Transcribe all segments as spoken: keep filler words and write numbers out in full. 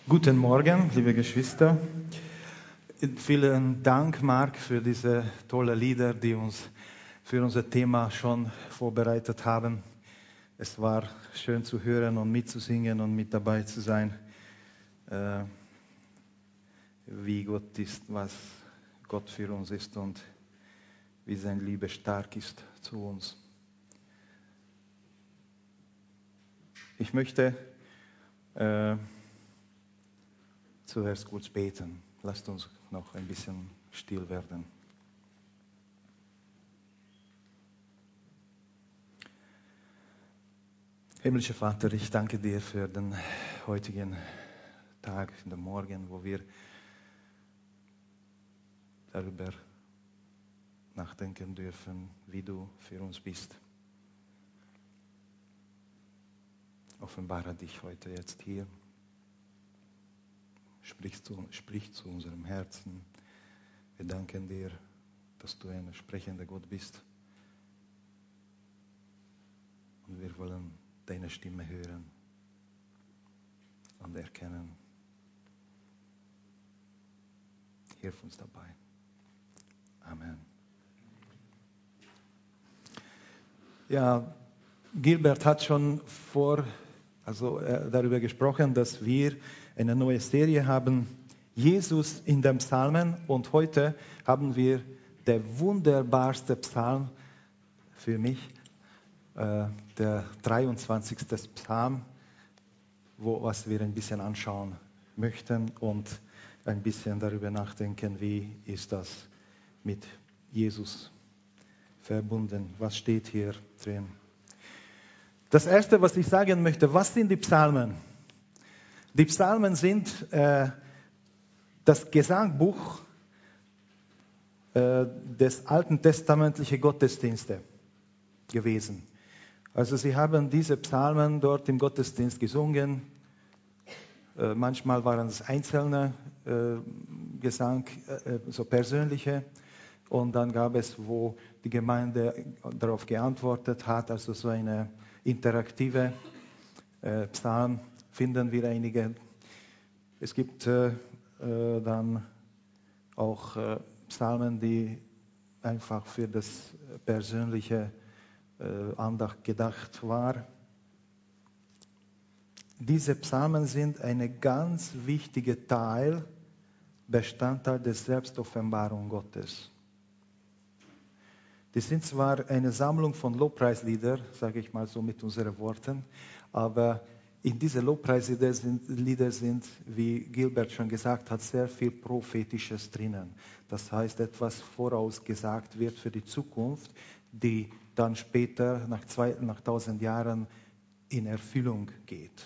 Guten Morgen, liebe Geschwister. Vielen Dank, Marc, für diese tollen Lieder, die uns für unser Thema schon vorbereitet haben. Es war schön zu hören und mitzusingen und mit dabei zu sein, äh, wie Gott ist, was Gott für uns ist und wie seine Liebe stark ist zu uns. Ich möchte äh, zuerst kurz beten. Lasst uns noch ein bisschen still werden. Himmlischer Vater, ich danke dir für den heutigen Tag, den Morgen, wo wir darüber nachdenken dürfen, wie du für uns bist. Offenbare dich heute jetzt hier. Sprich zu, sprich zu unserem Herzen. Wir danken dir, dass du ein sprechender Gott bist. Und wir wollen deine Stimme hören und erkennen. Hilf uns dabei. Amen. Ja, Gilbert hat schon vor, also äh, darüber gesprochen, dass wir eine neue Serie haben, Jesus in den Psalmen. Und heute haben wir der wunderbarste Psalm für mich, äh, der dreiundzwanzigste Psalm, wo, was wir ein bisschen anschauen möchten und ein bisschen darüber nachdenken, wie ist das mit Jesus verbunden. Was steht hier drin? Das Erste, was ich sagen möchte, was sind die Psalmen? Die Psalmen sind äh, das Gesangbuch äh, des alten testamentlichen Gottesdienstes gewesen. Also sie haben diese Psalmen dort im Gottesdienst gesungen. Äh, manchmal waren es einzelne äh, Gesang, äh, so persönliche. Und dann gab es, wo die Gemeinde darauf geantwortet hat, also so eine interaktive äh, Psalm, finden wir einige. Es gibt äh, äh, dann auch äh, Psalmen, die einfach für das persönliche äh, Andacht gedacht waren. Diese Psalmen sind ein ganz wichtiger Teil, Bestandteil der Selbstoffenbarung Gottes. Die sind zwar eine Sammlung von Lobpreisliedern, sage ich mal so mit unseren Worten, aber in diese Lobpreislieder sind, Lieder sind, wie Gilbert schon gesagt hat, sehr viel Prophetisches drinnen. Das heißt, etwas vorausgesagt wird für die Zukunft, die dann später, nach, zwei, nach tausend Jahren, in Erfüllung geht.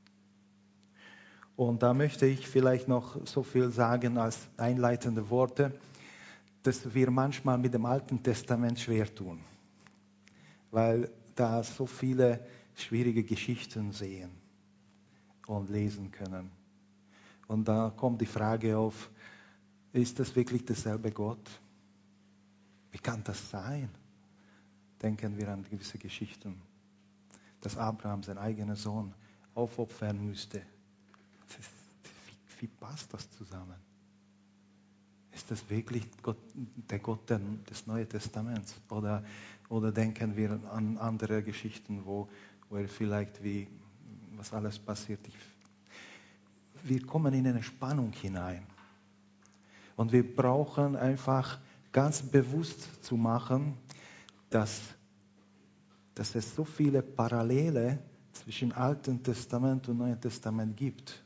Und da möchte ich vielleicht noch so viel sagen als einleitende Worte, dass wir manchmal mit dem Alten Testament schwer tun, weil da so viele schwierige Geschichten sehen und lesen können. Und da kommt die Frage auf, ist das wirklich derselbe Gott? Wie kann das sein? Denken wir an gewisse Geschichten, dass Abraham seinen eigenen Sohn aufopfern müsste. Wie, wie passt das zusammen? Ist das wirklich Gott, der Gott des Neuen Testaments? Oder, oder denken wir an andere Geschichten, wo, wo er vielleicht wie, was alles passiert? Ich, wir kommen in eine Spannung hinein. Und wir brauchen einfach ganz bewusst zu machen, dass, dass es so viele Parallele zwischen Alten Testament und Neuen Testament gibt.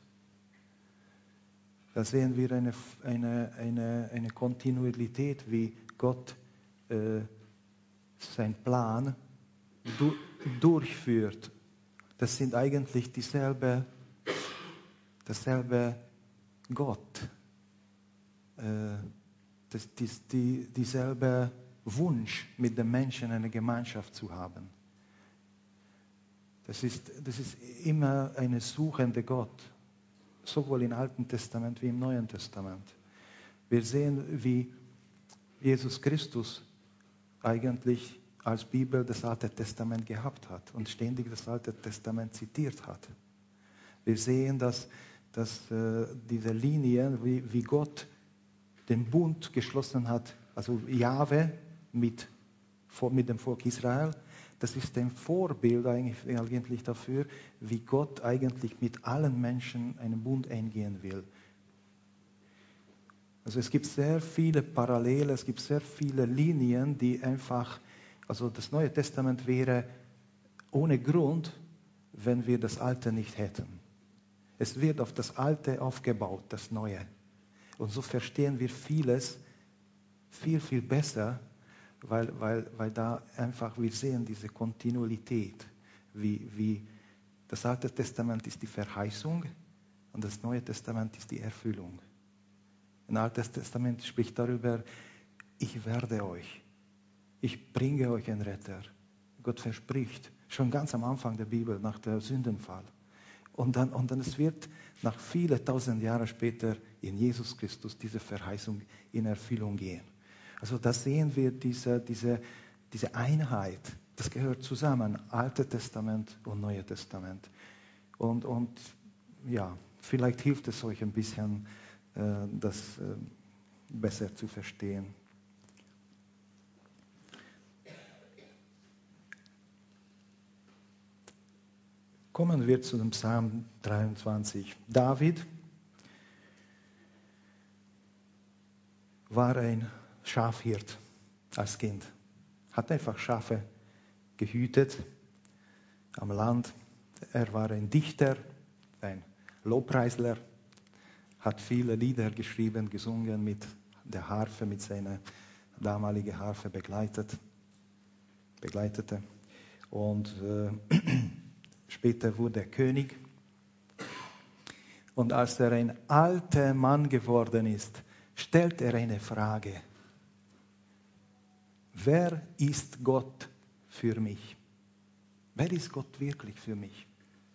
Da sehen wir eine, eine, eine, eine Kontinuität, wie Gott äh, seinen Plan du, durchführt. Das sind eigentlich dieselbe, dasselbe Gott. Äh, das, die, die, dieselbe Wunsch, mit den Menschen eine Gemeinschaft zu haben. Das ist, das ist immer eine suchende Gott. Sowohl im Alten Testament wie im Neuen Testament. Wir sehen, wie Jesus Christus eigentlich als Bibel das Alte Testament gehabt hat und ständig das Alte Testament zitiert hat. Wir sehen, dass, dass äh, diese Linie, wie, wie Gott den Bund geschlossen hat, also Jahwe mit, mit dem Volk Israel, das ist ein Vorbild eigentlich, eigentlich dafür, wie Gott eigentlich mit allen Menschen einen Bund eingehen will. Also es gibt sehr viele Parallele, es gibt sehr viele Linien, die einfach, also das Neue Testament wäre ohne Grund, wenn wir das Alte nicht hätten. Es wird auf das Alte aufgebaut, das Neue. Und so verstehen wir vieles viel, viel besser, weil, weil, weil da einfach wir sehen diese Kontinuität, wie, wie das Alte Testament ist die Verheißung und das Neue Testament ist die Erfüllung. Ein Altes Testament spricht darüber, ich werde euch, ich bringe euch einen Retter. Gott verspricht, schon ganz am Anfang der Bibel, nach dem Sündenfall. Und dann, und dann es wird nach vielen tausend Jahren später in Jesus Christus diese Verheißung in Erfüllung gehen. Also da sehen wir diese, diese, diese Einheit, das gehört zusammen, Altes Testament und Neues Testament. Und, und ja, vielleicht hilft es euch ein bisschen, das besser zu verstehen. Kommen wir zu dem Psalm dreiundzwanzig. David war ein Schafhirt als Kind, hat einfach Schafe gehütet am Land. Er war ein Dichter, ein Lobpreisler, hat viele Lieder geschrieben, gesungen mit der Harfe, mit seiner damaligen Harfe begleitet, begleitete. Und äh, später wurde er König. Und als er ein alter Mann geworden ist, stellt er eine Frage. Wer ist Gott für mich? Wer ist Gott wirklich für mich?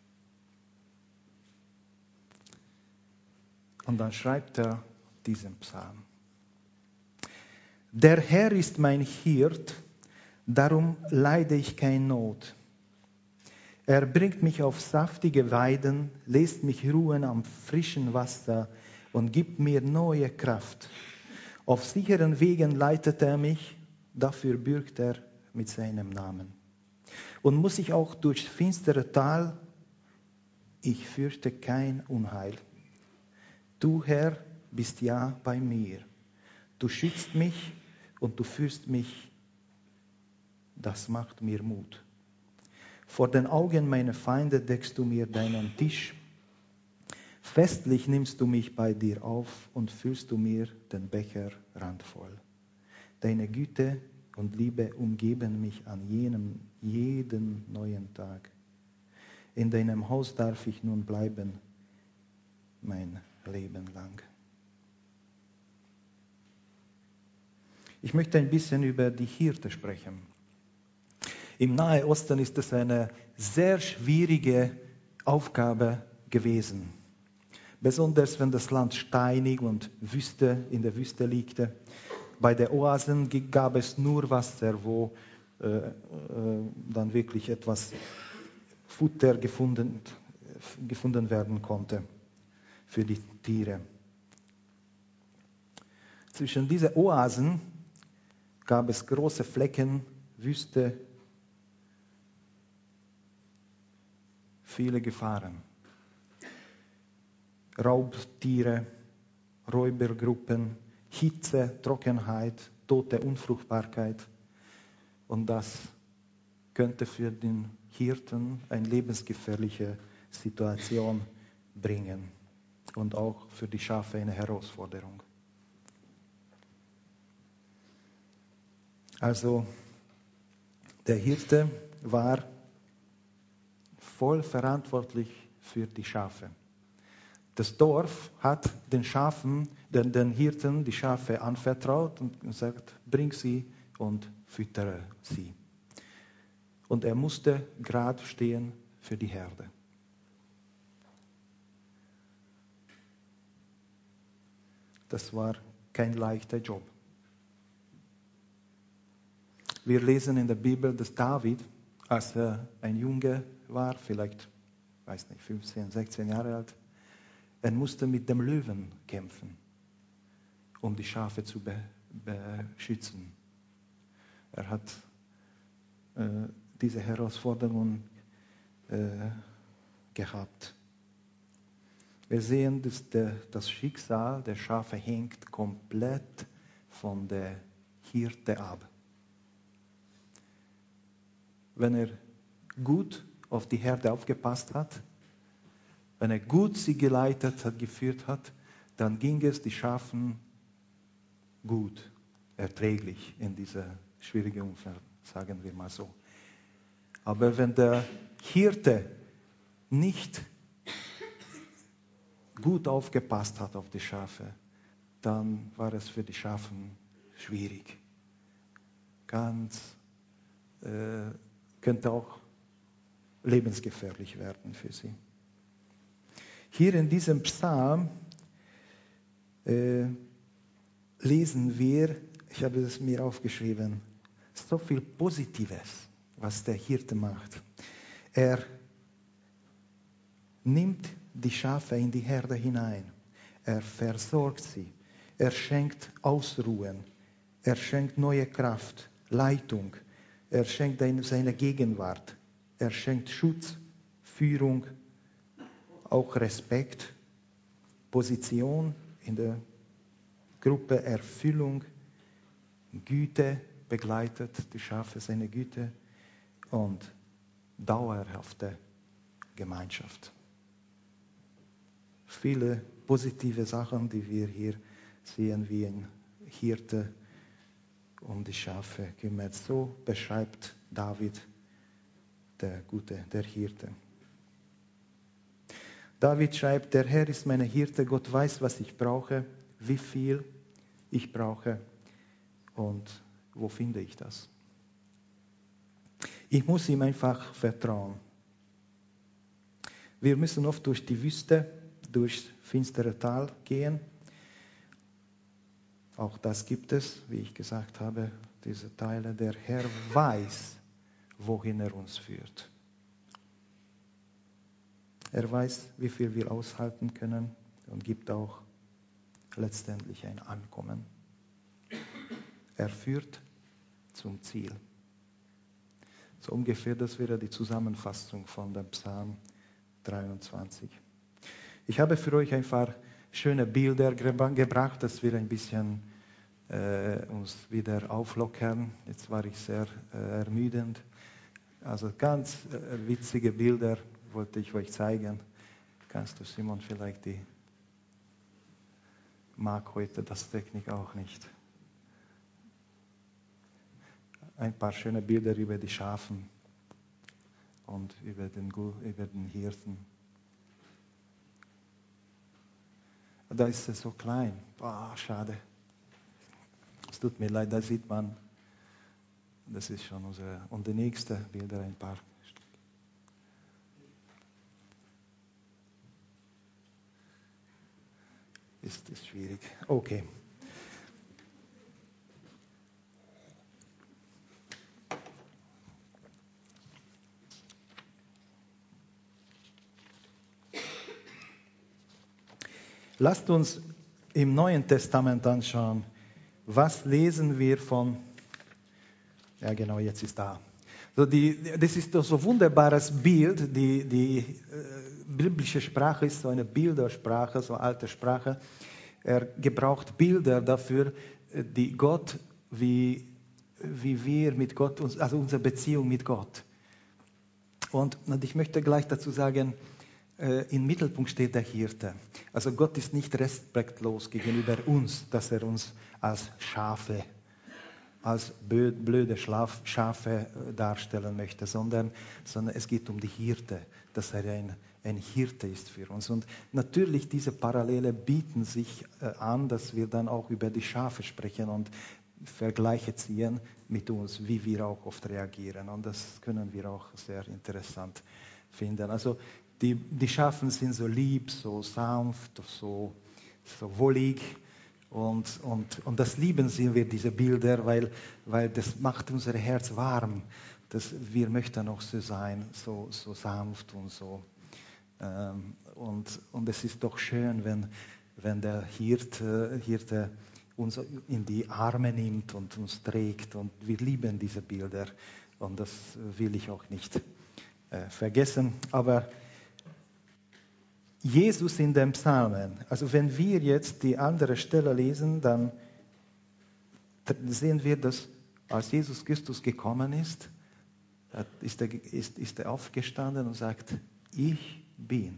Und dann schreibt er diesen Psalm. Der Herr ist mein Hirt, darum leide ich keine Not. Er bringt mich auf saftige Weiden, lässt mich ruhen am frischen Wasser und gibt mir neue Kraft. Auf sicheren Wegen leitet er mich, dafür bürgt er mit seinem Namen. Und muss ich auch durchs finstere Tal, ich fürchte kein Unheil. Du, Herr, bist ja bei mir. Du schützt mich und du führst mich. Das macht mir Mut. Vor den Augen meiner Feinde deckst du mir deinen Tisch. Festlich nimmst du mich bei dir auf und füllst du mir den Becher randvoll. Deine Güte und Liebe umgeben mich an jenem, jeden neuen Tag. In deinem Haus darf ich nun bleiben, mein Leben lang. Ich möchte ein bisschen über die Hirte sprechen. Im Nahen Osten ist es eine sehr schwierige Aufgabe gewesen. Besonders wenn das Land steinig und Wüste, in der Wüste liegte. Bei den Oasen gab es nur Wasser, wo äh, äh, dann wirklich etwas Futter gefunden, gefunden werden konnte für die Tiere. Zwischen diesen Oasen gab es große Flecken, Wüste, viele Gefahren. Raubtiere, Räubergruppen, Hitze, Trockenheit, tote Unfruchtbarkeit. Und das könnte für den Hirten eine lebensgefährliche Situation bringen. Und auch für die Schafe eine Herausforderung. Also, der Hirte war voll verantwortlich für die Schafe. Das Dorf hat den Schafen, den, den Hirten die Schafe anvertraut und gesagt, bring sie und füttere sie. Und er musste gerade stehen für die Herde. Das war kein leichter Job. Wir lesen in der Bibel, dass David, als er ein Junge war, vielleicht, weiß nicht, fünfzehn, sechzehn Jahre alt, Er musste mit dem Löwen kämpfen, um die Schafe zu be beschützen. Er hat äh, diese Herausforderung äh, gehabt. Wir sehen, dass der, das Schicksal der Schafe hängt komplett von der Hirte ab. Wenn er gut auf die Herde aufgepasst hat, wenn er gut sie geleitet hat, geführt hat, dann ging es die Schafen gut, erträglich in dieser schwierigen Umfeld, sagen wir mal so. Aber wenn der Hirte nicht gut aufgepasst hat auf die Schafe, dann war es für die Schafen schwierig. Ganz, äh, könnte auch lebensgefährlich werden für sie. Hier in diesem Psalm äh, lesen wir, ich habe es mir aufgeschrieben, so viel Positives, was der Hirte macht. Er nimmt die Schafe in die Herde hinein. Er versorgt sie. Er schenkt Ausruhen. Er schenkt neue Kraft, Leitung. Er schenkt seine Gegenwart. Er schenkt Schutz, Führung, auch Respekt, Position in der Gruppe, Erfüllung, Güte begleitet die Schafe, seine Güte und dauerhafte Gemeinschaft. Viele positive Sachen, die wir hier sehen, wie ein Hirte um die Schafe kümmert. So beschreibt David der Gute, der Hirte. David schreibt, der Herr ist meine Hirte, Gott weiß, was ich brauche, wie viel ich brauche und wo finde ich das. Ich muss ihm einfach vertrauen. Wir müssen oft durch die Wüste, durchs finstere Tal gehen. Auch das gibt es, wie ich gesagt habe, diese Teile. Der Herr weiß, wohin er uns führt. Er weiß, wie viel wir aushalten können und gibt auch letztendlich ein Ankommen. Er führt zum Ziel. So ungefähr, das wäre die Zusammenfassung von dem Psalm dreiundzwanzig. Ich habe für euch ein paar schöne Bilder gebracht, dass wir ein bisschen äh, uns wieder auflockern. Jetzt war ich sehr äh, ermüdend. Also ganz äh, witzige Bilder wollte ich euch zeigen. Kannst du, Simon, vielleicht die... Mag heute das Technik auch nicht. Ein paar schöne Bilder über die Schafen und über den, über den Hirten. Da ist es so klein. Boah, schade. Es tut mir leid, da sieht man, das ist schon unsere. Und die nächste Bilder, ein paar. Ist, ist schwierig. Okay. Lasst uns im Neuen Testament anschauen, was lesen wir von, ja genau, jetzt ist da. So die, das ist so ein wunderbares Bild, die, die äh, biblische Sprache ist so eine Bildersprache, so eine alte Sprache. Er gebraucht Bilder dafür, die Gott, wie, wie wir mit Gott, also unsere Beziehung mit Gott. Und, und ich möchte gleich dazu sagen, im Mittelpunkt steht der Hirte. Also Gott ist nicht respektlos gegenüber uns, dass er uns als Schafe, als blöde Schafe darstellen möchte, sondern, sondern es geht um die Hirte, dass er ein, ein Hirte ist für uns. Und natürlich diese Parallele bieten sich an, dass wir dann auch über die Schafe sprechen und Vergleiche ziehen mit uns, wie wir auch oft reagieren. Und das können wir auch sehr interessant finden. Also Die, die Schafen sind so lieb, so sanft, so, so wollig. Und, und, und das lieben sie wir, diese Bilder, weil, weil das macht unser Herz warm. Das, wir möchten auch so sein, so, so sanft und so. Ähm, Und, und es ist doch schön, wenn, wenn der Hirte, Hirte uns in die Arme nimmt und uns trägt. Und wir lieben diese Bilder. Und das will ich auch nicht äh, vergessen. Aber Jesus in den Psalmen, also wenn wir jetzt die andere Stelle lesen, dann sehen wir, dass als Jesus Christus gekommen ist, ist er, ist, ist er aufgestanden und sagt, ich bin.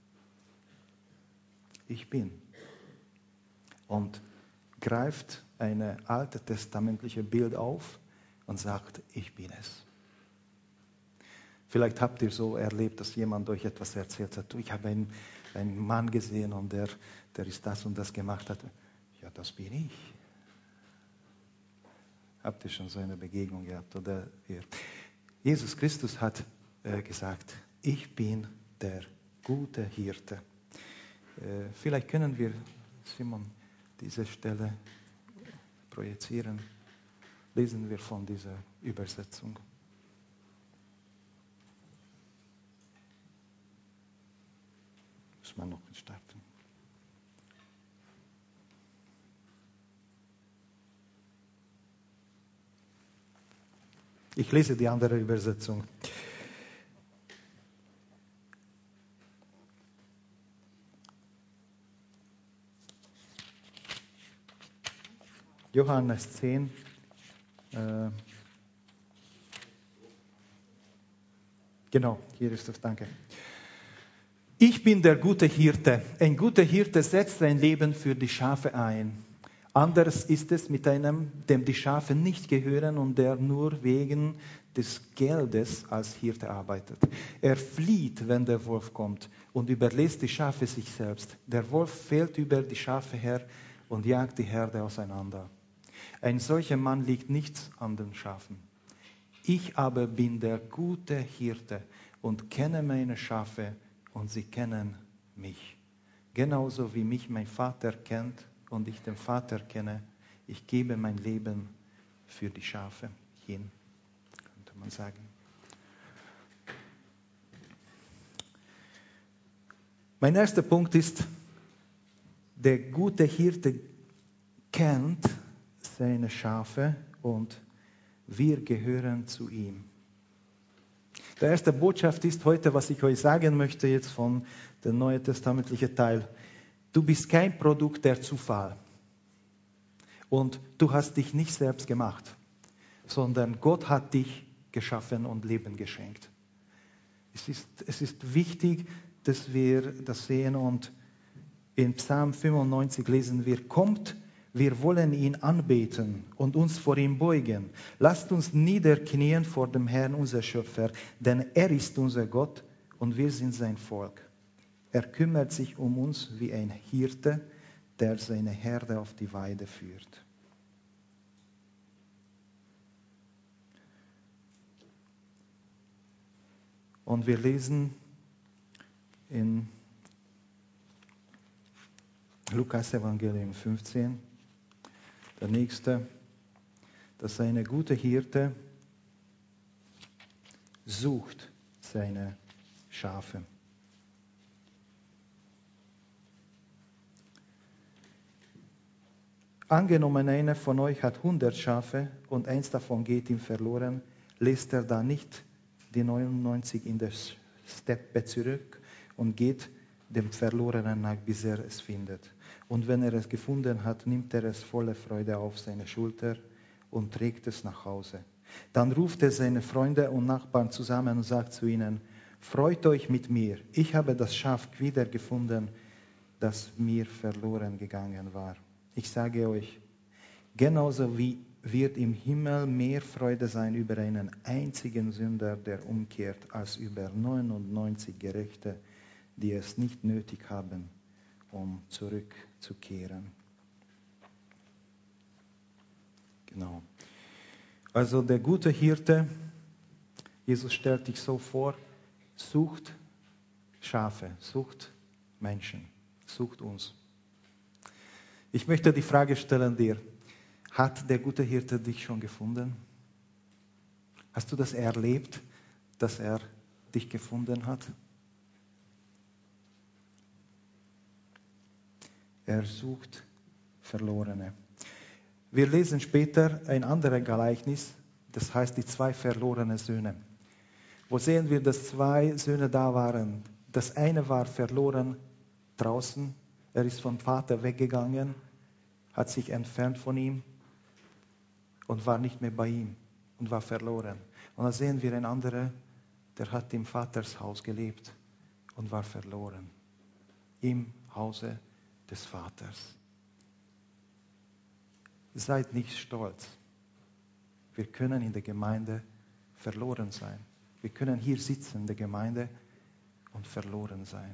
Ich bin. Und greift ein altes testamentliches Bild auf und sagt, ich bin es. Vielleicht habt ihr so erlebt, dass jemand euch etwas erzählt hat. Ich habe einen, einen Mann gesehen und der, der ist das und das gemacht hat. Ja, das bin ich. Habt ihr schon so eine Begegnung gehabt? Oder ihr? Jesus Christus hat äh, gesagt, ich bin der gute Hirte. Äh, vielleicht können wir, Simon, diese Stelle projizieren. Lesen wir von dieser Übersetzung. Muss man noch starten. Ich lese die andere Übersetzung. Johannes zehn. Äh, genau, hier ist es, danke. Ich bin der gute Hirte. Ein guter Hirte setzt sein Leben für die Schafe ein. Anders ist es mit einem, dem die Schafe nicht gehören und der nur wegen des Geldes als Hirte arbeitet. Er flieht, wenn der Wolf kommt und überlässt die Schafe sich selbst. Der Wolf fällt über die Schafe her und jagt die Herde auseinander. Ein solcher Mann liegt nichts an den Schafen. Ich aber bin der gute Hirte und kenne meine Schafe und sie kennen mich. Genauso wie mich mein Vater kennt und ich den Vater kenne, ich gebe mein Leben für die Schafe hin, könnte man sagen. Mein erster Punkt ist, der gute Hirte kennt seine Schafe und wir gehören zu ihm. Die erste Botschaft ist heute, was ich euch sagen möchte jetzt von dem Neuen Testamentlichen Teil. Du bist kein Produkt der Zufall. Und du hast dich nicht selbst gemacht, sondern Gott hat dich geschaffen und Leben geschenkt. Es ist, es ist wichtig, dass wir das sehen. Und in Psalm fünfundneunzig lesen wir, kommt, wir wollen ihn anbeten und uns vor ihm beugen. Lasst uns niederknien vor dem Herrn, unser Schöpfer, denn er ist unser Gott und wir sind sein Volk. Er kümmert sich um uns wie ein Hirte, der seine Herde auf die Weide führt. Und wir lesen in Lukas Evangelium fünfzehn, der nächste, dass eine gute Hirte sucht seine Schafe. Angenommen, einer von euch hat hundert Schafe und eins davon geht ihm verloren, lässt er da nicht die neunundneunzig in der Steppe zurück und geht dem Verlorenen nach, bis er es findet. Und wenn er es gefunden hat, nimmt er es voller Freude auf seine Schulter und trägt es nach Hause. Dann ruft er seine Freunde und Nachbarn zusammen und sagt zu ihnen, freut euch mit mir, ich habe das Schaf wiedergefunden, das mir verloren gegangen war. Ich sage euch, genauso wie wird im Himmel mehr Freude sein über einen einzigen Sünder, der umkehrt, als über neunundneunzig Gerechte, die es nicht nötig haben, um zurückzukehren. Genau. Also der gute Hirte, Jesus stellt dich so vor, sucht Schafe, sucht Menschen, sucht uns. Ich möchte die Frage stellen dir, hat der gute Hirte dich schon gefunden? Hast du das erlebt, dass er dich gefunden hat? Er sucht Verlorene. Wir lesen später ein anderes Gleichnis, das heißt die zwei verlorenen Söhne. Wo sehen wir, dass zwei Söhne da waren? Das eine war verloren draußen. Er ist vom Vater weggegangen, hat sich entfernt von ihm und war nicht mehr bei ihm und war verloren. Und dann sehen wir einen anderen, der hat im Vaters Haus gelebt und war verloren. Im Hause des Vaters. Seid nicht stolz. Wir können in der Gemeinde verloren sein. Wir können hier sitzen in der Gemeinde und verloren sein.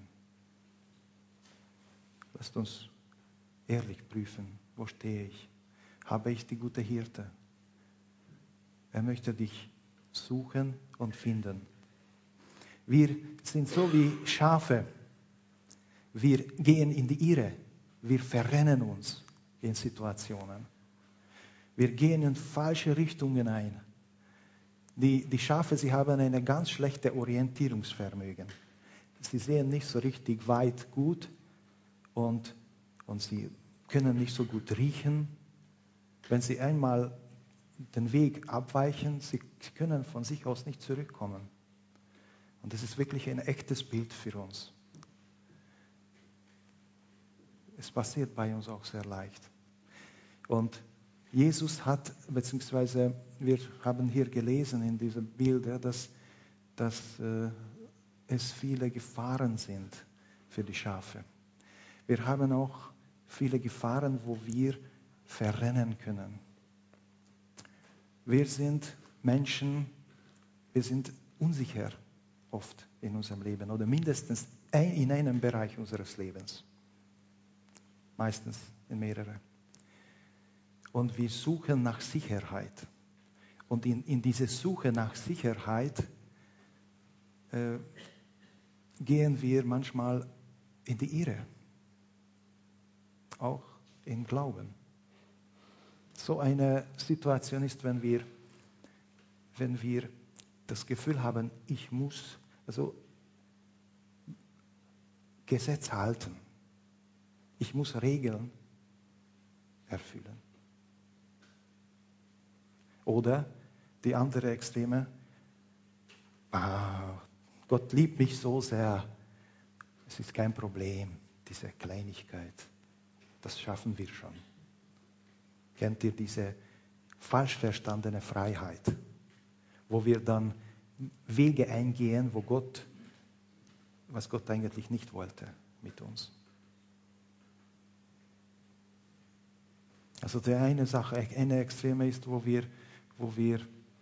Lasst uns ehrlich prüfen, wo stehe ich? Habe ich die gute Hirte? Er möchte dich suchen und finden. Wir sind so wie Schafe. Wir gehen in die Irre. Wir verrennen uns in Situationen. Wir gehen in falsche Richtungen ein. Die, die Schafe, sie haben eine ganz schlechte Orientierungsvermögen. Sie sehen nicht so richtig weit gut und, und sie können nicht so gut riechen. Wenn sie einmal den Weg abweichen, sie können von sich aus nicht zurückkommen. Und das ist wirklich ein echtes Bild für uns. Es passiert bei uns auch sehr leicht. Und Jesus hat, beziehungsweise wir haben hier gelesen in diesen Bildern, dass, dass äh, es viele Gefahren sind für die Schafe. Wir haben auch viele Gefahren, wo wir verrennen können. Wir sind Menschen, wir sind unsicher oft in unserem Leben oder mindestens in einem Bereich unseres Lebens. Meistens in mehreren. Und wir suchen nach Sicherheit. Und in, in diese Suche nach Sicherheit äh, gehen wir manchmal in die Irre. Auch im Glauben. So eine Situation ist, wenn wir, wenn wir das Gefühl haben, ich muss also Gesetz halten. Ich muss Regeln erfüllen. Oder die andere Extreme, ah, Gott liebt mich so sehr, es ist kein Problem, diese Kleinigkeit, das schaffen wir schon. Kennt ihr diese falsch verstandene Freiheit, wo wir dann Wege eingehen, wo Gott, was Gott eigentlich nicht wollte mit uns? Also die eine Sache, eine Extreme ist, wo wir, wo wir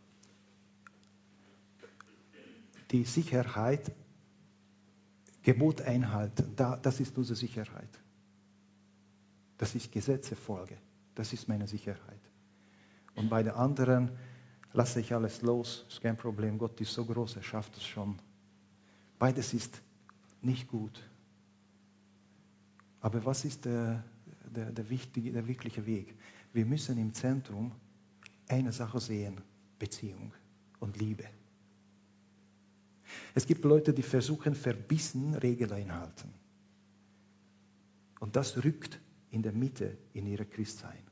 die Sicherheit, Gebot einhalten. Da, das ist unsere Sicherheit. Das ist Gesetzefolge. Das ist meine Sicherheit. Und bei der anderen lasse ich alles los. Ist kein Problem. Gott ist so groß, er schafft es schon. Beides ist nicht gut. Aber was ist der, der, der, wichtige, der wirkliche Weg? Wir müssen im Zentrum eine Sache sehen: Beziehung und Liebe. Es gibt Leute, die versuchen, verbissen Regeln einhalten. Und das rückt in der Mitte in ihre Christsein.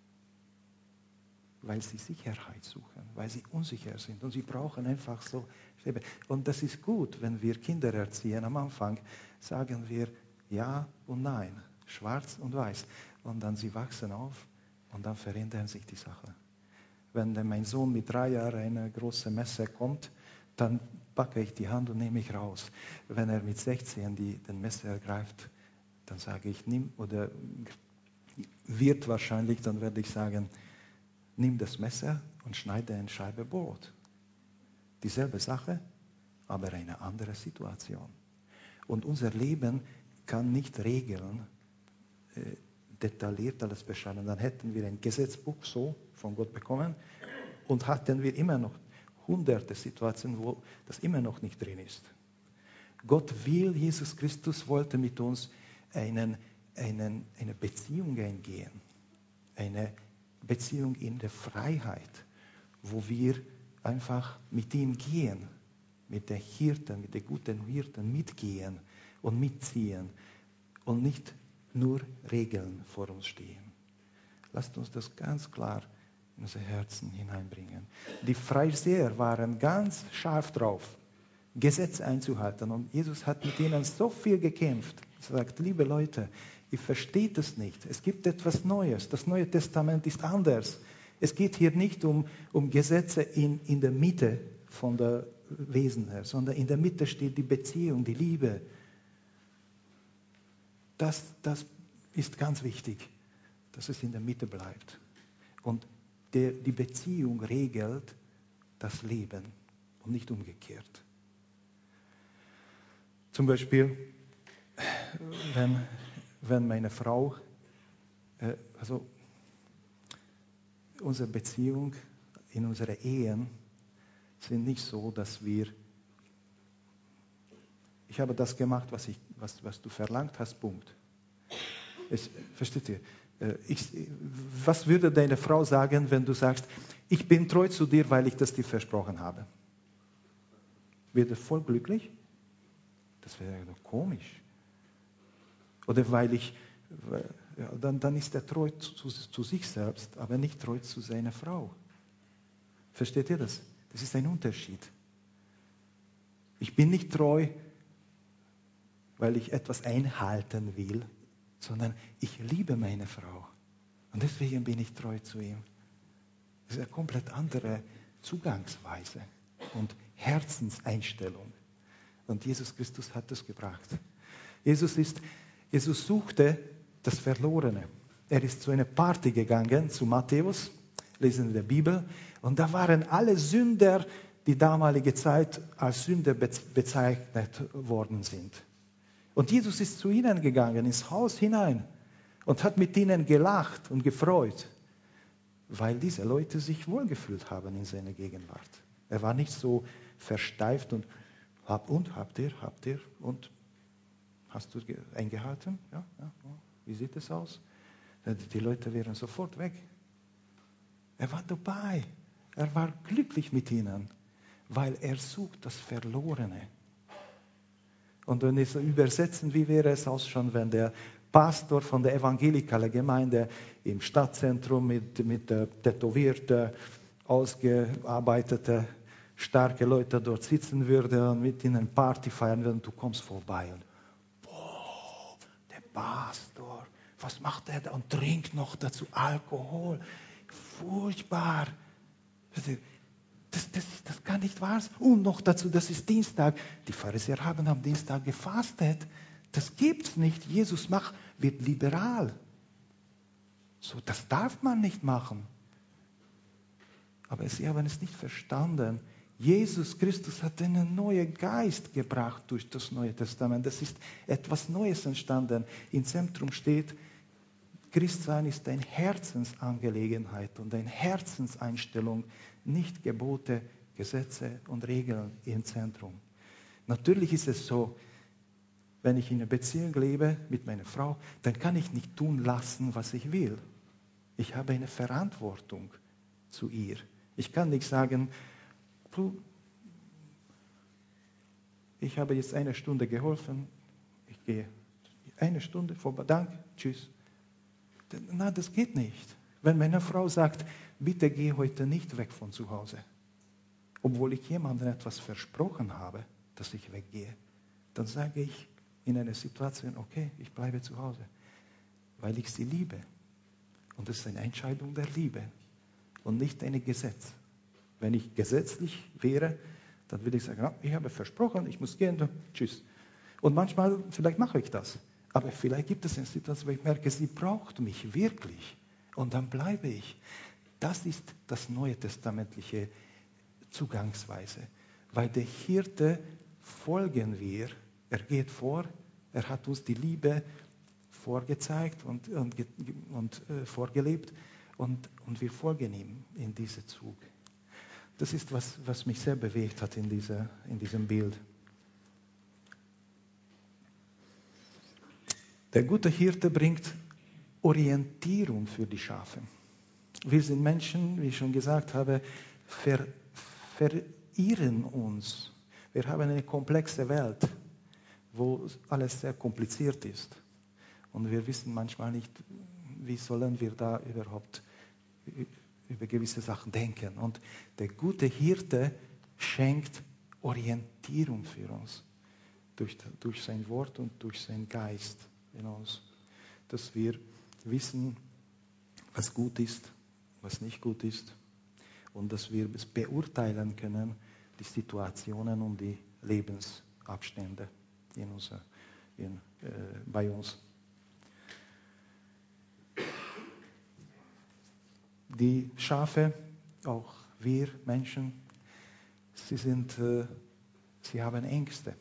Weil sie Sicherheit suchen, weil sie unsicher sind und sie brauchen einfach so. Und das ist gut, wenn wir Kinder erziehen. Am Anfang sagen wir ja und nein, schwarz und weiß. Und dann sie wachsen auf und dann verändern sich die Sachen. Wenn mein Sohn mit drei Jahren eine große Messe kommt, dann packe ich die Hand und nehme ich raus. Wenn er mit sechzehn die, den Messer ergreift, dann sage ich, nimm, oder wird wahrscheinlich, dann werde ich sagen, nimm das Messer und schneide eine Scheibe Brot. Dieselbe Sache, aber eine andere Situation. Und unser Leben kann nicht Regeln äh, detailliert alles beschreiben. Dann hätten wir ein Gesetzbuch so von Gott bekommen und hatten wir immer noch hunderte Situationen, wo das immer noch nicht drin ist. Gott will, Jesus Christus wollte mit uns einen, einen, eine Beziehung eingehen. Eine Beziehung in der Freiheit, wo wir einfach mit ihm gehen, mit der Hirten, mit der guten Hirten mitgehen und mitziehen und nicht nur Regeln vor uns stehen. Lasst uns das ganz klar in unser Herzen hineinbringen. Die Pharisäer waren ganz scharf drauf, Gesetze einzuhalten. Und Jesus hat mit ihnen so viel gekämpft. Er sagt, liebe Leute, ihr versteht es nicht. Es gibt etwas Neues. Das Neue Testament ist anders. Es geht hier nicht um, um Gesetze in, in der Mitte von der Wesen her, sondern in der Mitte steht die Beziehung, die Liebe. Das, das ist ganz wichtig, dass es in der Mitte bleibt. Und der, die Beziehung regelt das Leben und nicht umgekehrt. Zum Beispiel, wenn, wenn meine Frau, äh, also unsere Beziehung in unseren Ehen sind nicht so, dass wir, ich habe das gemacht, was, ich, was, was du verlangt hast, Punkt. Es, versteht ihr? Ich, was würde deine Frau sagen, wenn du sagst, ich bin treu zu dir, weil ich das dir versprochen habe? Wird er voll glücklich? Das wäre doch komisch. Oder weil ich, ja, dann, dann ist er treu zu, zu sich selbst, aber nicht treu zu seiner Frau. Versteht ihr das? Das ist ein Unterschied. Ich bin nicht treu, weil ich etwas einhalten will, sondern ich liebe meine Frau. Und deswegen bin ich treu zu ihm. Das ist eine komplett andere Zugangsweise und Herzenseinstellung. Und Jesus Christus hat das gebracht. Jesus, ist, Jesus suchte das Verlorene. Er ist zu einer Party gegangen, zu Matthäus, lesen in der Bibel, und da waren alle Sünder, die damalige Zeit als Sünder bezeichnet worden sind. Und Jesus ist zu ihnen gegangen, ins Haus hinein und hat mit ihnen gelacht und gefreut, weil diese Leute sich wohlgefühlt haben in seiner Gegenwart. Er war nicht so versteift und, hab, und habt ihr, habt ihr, und hast du eingehalten? Ja, ja, wie sieht es aus? Die Leute wären sofort weg. Er war dabei, er war glücklich mit ihnen, weil er sucht das Verlorene. Und wenn wir es übersetzen, wie wäre es auch schon, wenn der Pastor von der evangelikalen Gemeinde im Stadtzentrum mit, mit äh, tätowierten, ausgearbeiteten, starke Leute dort sitzen würde und mit ihnen Party feiern würde und du kommst vorbei und boah, der Pastor, was macht er da und trinkt noch dazu Alkohol? Furchtbar. Das, das, das kann nicht wahr sein. Und noch dazu, das ist Dienstag. Die Pharisäer haben am Dienstag gefastet. Das gibt's nicht. Jesus macht, wird liberal. So, das darf man nicht machen. Aber sie haben es nicht verstanden. Jesus Christus hat einen neuen Geist gebracht durch das Neue Testament. Das ist etwas Neues entstanden. Im Zentrum steht, Christsein ist eine Herzensangelegenheit und eine Herzenseinstellung, nicht Gebote, Gesetze und Regeln im Zentrum. Natürlich ist es so, wenn ich in einer Beziehung lebe mit meiner Frau, dann kann ich nicht tun lassen, was ich will. Ich habe eine Verantwortung zu ihr. Ich kann nicht sagen, ich habe jetzt eine Stunde geholfen, ich gehe eine Stunde vorbei, danke, tschüss. Nein, das geht nicht. Wenn meine Frau sagt, bitte geh heute nicht weg von zu Hause, obwohl ich jemandem etwas versprochen habe, dass ich weggehe, dann sage ich in einer Situation, okay, ich bleibe zu Hause, weil ich sie liebe. Und das ist eine Entscheidung der Liebe und nicht ein Gesetz. Wenn ich gesetzlich wäre, dann würde ich sagen, ja, ich habe versprochen, ich muss gehen, tschüss. Und manchmal, vielleicht mache ich das. Aber vielleicht gibt es eine Situation, wo ich merke, sie braucht mich wirklich. Und dann bleibe ich. Das ist das neue testamentliche Zugangsweise. Weil der Hirte folgen wir. Er geht vor. Er hat uns die Liebe vorgezeigt und, und, und äh, vorgelebt. Und, und wir folgen ihm in diesem Zug. Das ist, was, was mich sehr bewegt hat in, dieser, in diesem Bild. Der gute Hirte bringt Orientierung für die Schafe. Wir sind Menschen, wie ich schon gesagt habe, ver, verirren uns. Wir haben eine komplexe Welt, wo alles sehr kompliziert ist. Und wir wissen manchmal nicht, wie sollen wir da überhaupt über gewisse Sachen denken. Und der gute Hirte schenkt Orientierung für uns durch, durch sein Wort und durch seinen Geist in uns, dass wir wissen, was gut ist, was nicht gut ist und dass wir es beurteilen können, die Situationen und die Lebensabstände in unser, in, äh, bei uns. Die Schafe, auch wir Menschen, sie sind, äh, sie haben Ängste.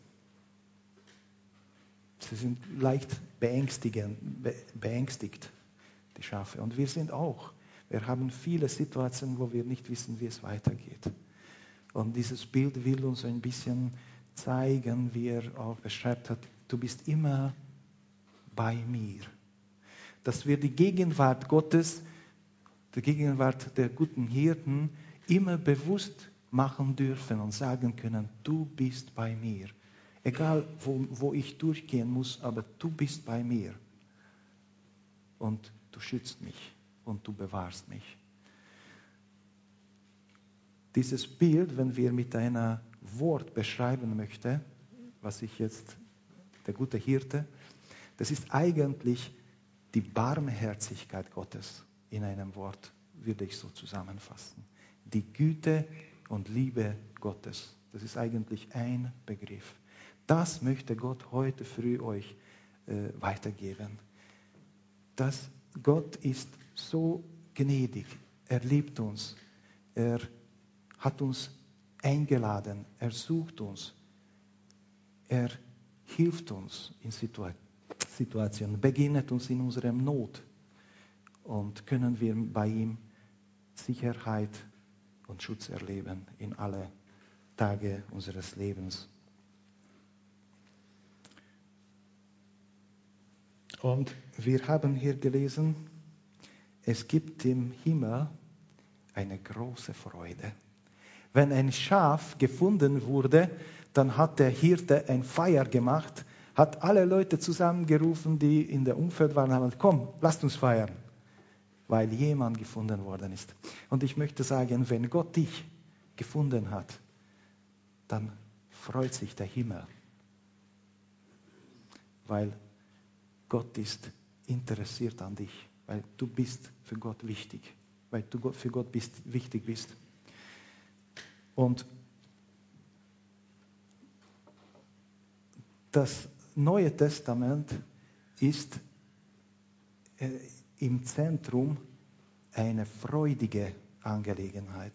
Sie sind leicht beängstigend, be, beängstigt, die Schafe. Und wir sind auch. Wir haben viele Situationen, wo wir nicht wissen, wie es weitergeht. Und dieses Bild will uns ein bisschen zeigen, wie er auch beschreibt hat, du bist immer bei mir. Dass wir die Gegenwart Gottes, die Gegenwart der guten Hirten immer bewusst machen dürfen und sagen können, du bist bei mir. Egal, wo, wo ich durchgehen muss, aber du bist bei mir. Und du schützt mich und du bewahrst mich. Dieses Bild, wenn wir mit einem Wort beschreiben möchten, was ich jetzt, der gute Hirte, das ist eigentlich die Barmherzigkeit Gottes in einem Wort, würde ich so zusammenfassen. Die Güte und Liebe Gottes, das ist eigentlich ein Begriff. Das möchte Gott heute früh euch äh, weitergeben. Dass Gott ist so gnädig, er liebt uns, er hat uns eingeladen, er sucht uns, er hilft uns in Situationen, begegnet uns in unserem Not und können wir bei ihm Sicherheit und Schutz erleben in alle Tage unseres Lebens. Und wir haben hier gelesen, es gibt im Himmel eine große Freude. Wenn ein Schaf gefunden wurde, dann hat der Hirte ein Feier gemacht, hat alle Leute zusammengerufen, die in der Umfeld waren, und haben gesagt, komm, lasst uns feiern, weil jemand gefunden worden ist. Und ich möchte sagen, wenn Gott dich gefunden hat, dann freut sich der Himmel, weil Gott ist interessiert an dich, weil du bist für Gott wichtig, weil du für Gott bist, wichtig bist. Und das Neue Testament ist äh, im Zentrum eine freudige Angelegenheit.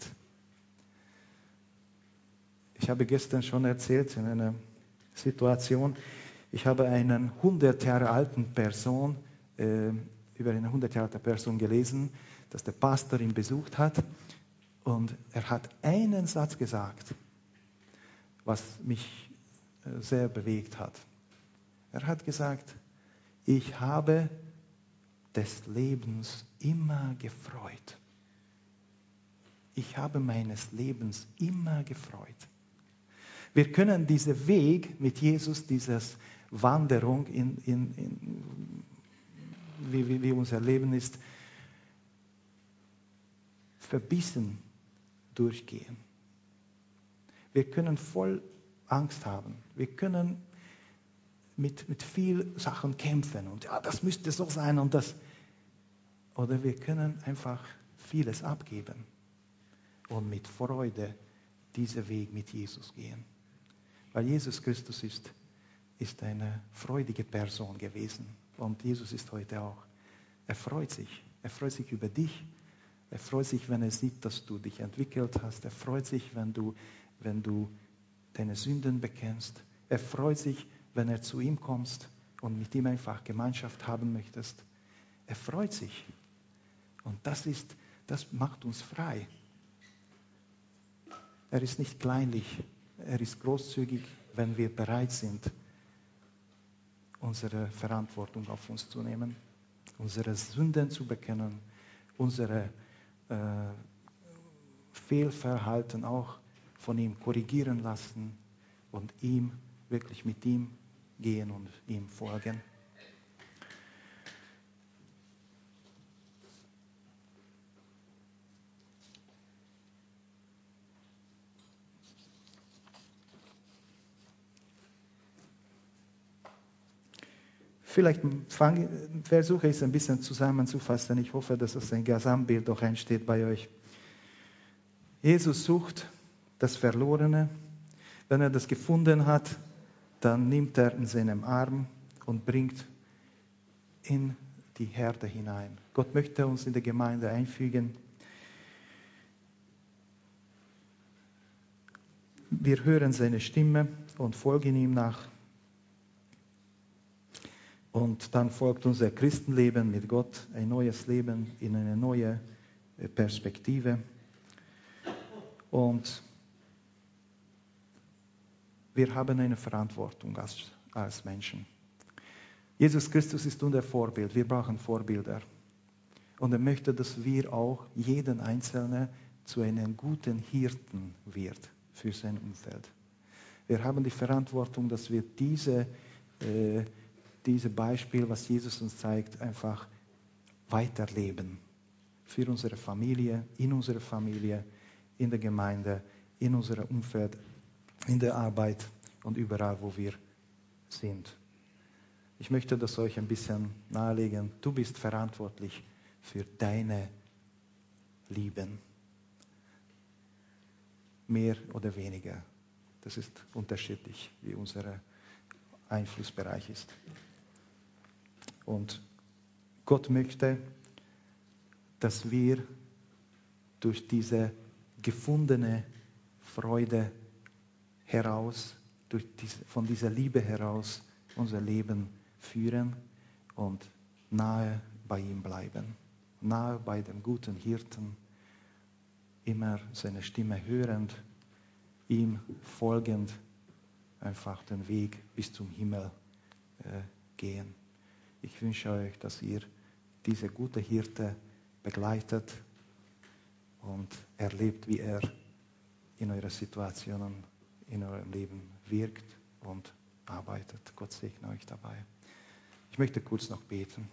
Ich habe gestern schon erzählt in einer Situation, ich habe einen hundert Jahre alten Person, äh, über eine hundert Jahre alte Person gelesen, dass der Pastor ihn besucht hat und er hat einen Satz gesagt, was mich äh, sehr bewegt hat. Er hat gesagt, ich habe des Lebens immer gefreut. Ich habe meines Lebens immer gefreut. Wir können diesen Weg mit Jesus, diese Wanderung, in, in, in, wie, wie, wie unser Leben ist, verbissen durchgehen. Wir können voll Angst haben. Wir können mit, mit vielen Sachen kämpfen und ja, das müsste so sein und das. Oder wir können einfach vieles abgeben und mit Freude diesen Weg mit Jesus gehen. Weil Jesus Christus ist, ist eine freudige Person gewesen. Und Jesus ist heute auch. Er freut sich. Er freut sich über dich. Er freut sich, wenn er sieht, dass du dich entwickelt hast. Er freut sich, wenn du, wenn du deine Sünden bekennst. Er freut sich, wenn er zu ihm kommst und mit ihm einfach Gemeinschaft haben möchtest. Er freut sich. Und das ist, das macht uns frei. Er ist nicht kleinlich. Er ist großzügig, wenn wir bereit sind, unsere Verantwortung auf uns zu nehmen, unsere Sünden zu bekennen, unsere äh, Fehlverhalten auch von ihm korrigieren lassen und ihm, wirklich mit ihm gehen und ihm folgen. Vielleicht fange, versuche ich es ein bisschen zusammenzufassen. Ich hoffe, dass es ein Gesamtbild auch entsteht bei euch. Jesus sucht das Verlorene. Wenn er das gefunden hat, dann nimmt er in seinem Arm und bringt in die Herde hinein. Gott möchte uns in die Gemeinde einfügen. Wir hören seine Stimme und folgen ihm nach. Und dann folgt unser Christenleben mit Gott, ein neues Leben in eine neue Perspektive. Und wir haben eine Verantwortung als, als Menschen. Jesus Christus ist unser Vorbild. Wir brauchen Vorbilder. Und er möchte, dass wir auch jeden Einzelnen zu einem guten Hirten wird für sein Umfeld. Wir haben die Verantwortung, dass wir diese, äh, diese Beispiel, was Jesus uns zeigt, einfach weiterleben. Für unsere Familie, in unserer Familie, in der Gemeinde, in unserem Umfeld, in der Arbeit und überall, wo wir sind. Ich möchte das euch ein bisschen nahelegen. Du bist verantwortlich für deine Lieben. Mehr oder weniger. Das ist unterschiedlich, wie unser Einflussbereich ist. Und Gott möchte, dass wir durch diese gefundene Freude heraus, durch diese, von dieser Liebe heraus unser Leben führen und nahe bei ihm bleiben. Nahe bei dem guten Hirten, immer seine Stimme hörend, ihm folgend, einfach den Weg bis zum Himmel äh, gehen. Ich wünsche euch, dass ihr diese gute Hirte begleitet und erlebt, wie er in euren Situationen, in eurem Leben wirkt und arbeitet. Gott segne euch dabei. Ich möchte kurz noch beten.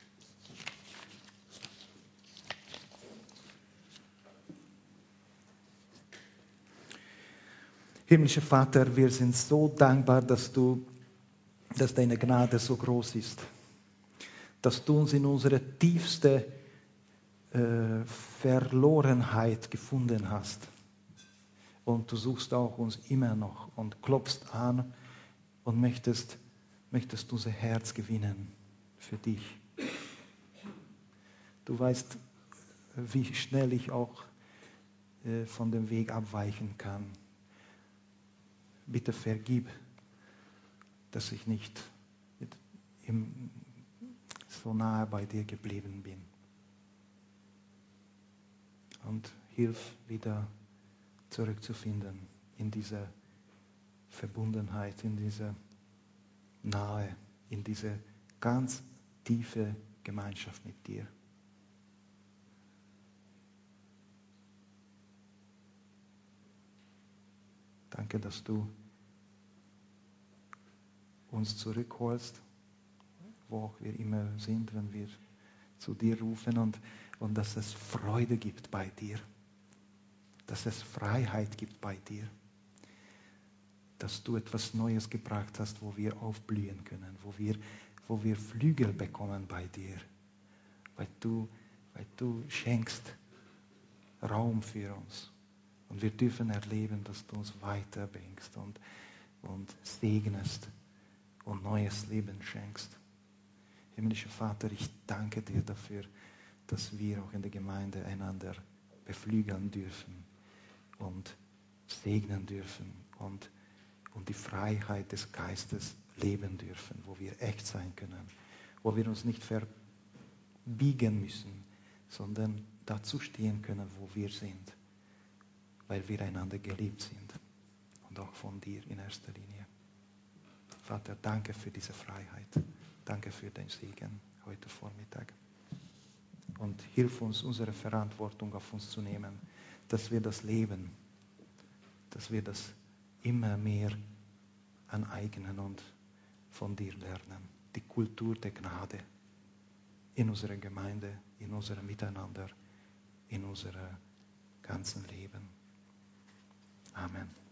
Himmlischer Vater, wir sind so dankbar, dass du, dass deine Gnade so groß ist, dass du uns in unsere tiefste äh, Verlorenheit gefunden hast. Und du suchst auch uns immer noch und klopfst an und möchtest, möchtest unser Herz gewinnen für dich. Du weißt, wie schnell ich auch äh, von dem Weg abweichen kann. Bitte vergib, dass ich nicht mit, im, so nahe bei dir geblieben bin. Und hilf wieder zurückzufinden in diese Verbundenheit, in diese Nahe, in diese ganz tiefe Gemeinschaft mit dir. Danke, dass du uns zurückholst, wo auch wir immer sind, wenn wir zu dir rufen und, und dass es Freude gibt bei dir, dass es Freiheit gibt bei dir, dass du etwas Neues gebracht hast, wo wir aufblühen können, wo wir, wo wir Flügel bekommen bei dir, weil du, weil du schenkst Raum für uns. Und wir dürfen erleben, dass du uns weiterbringst und, und segnest und neues Leben schenkst. Himmlischer Vater, ich danke dir dafür, dass wir auch in der Gemeinde einander beflügeln dürfen und segnen dürfen und, und die Freiheit des Geistes leben dürfen, wo wir echt sein können, wo wir uns nicht verbiegen müssen, sondern dazu stehen können, wo wir sind, weil wir einander geliebt sind und auch von dir in erster Linie. Vater, danke für diese Freiheit. Danke für den Segen heute Vormittag. Und hilf uns, unsere Verantwortung auf uns zu nehmen, dass wir das leben, dass wir das immer mehr aneignen und von dir lernen. Die Kultur der Gnade in unserer Gemeinde, in unserem Miteinander, in unserem ganzen Leben. Amen.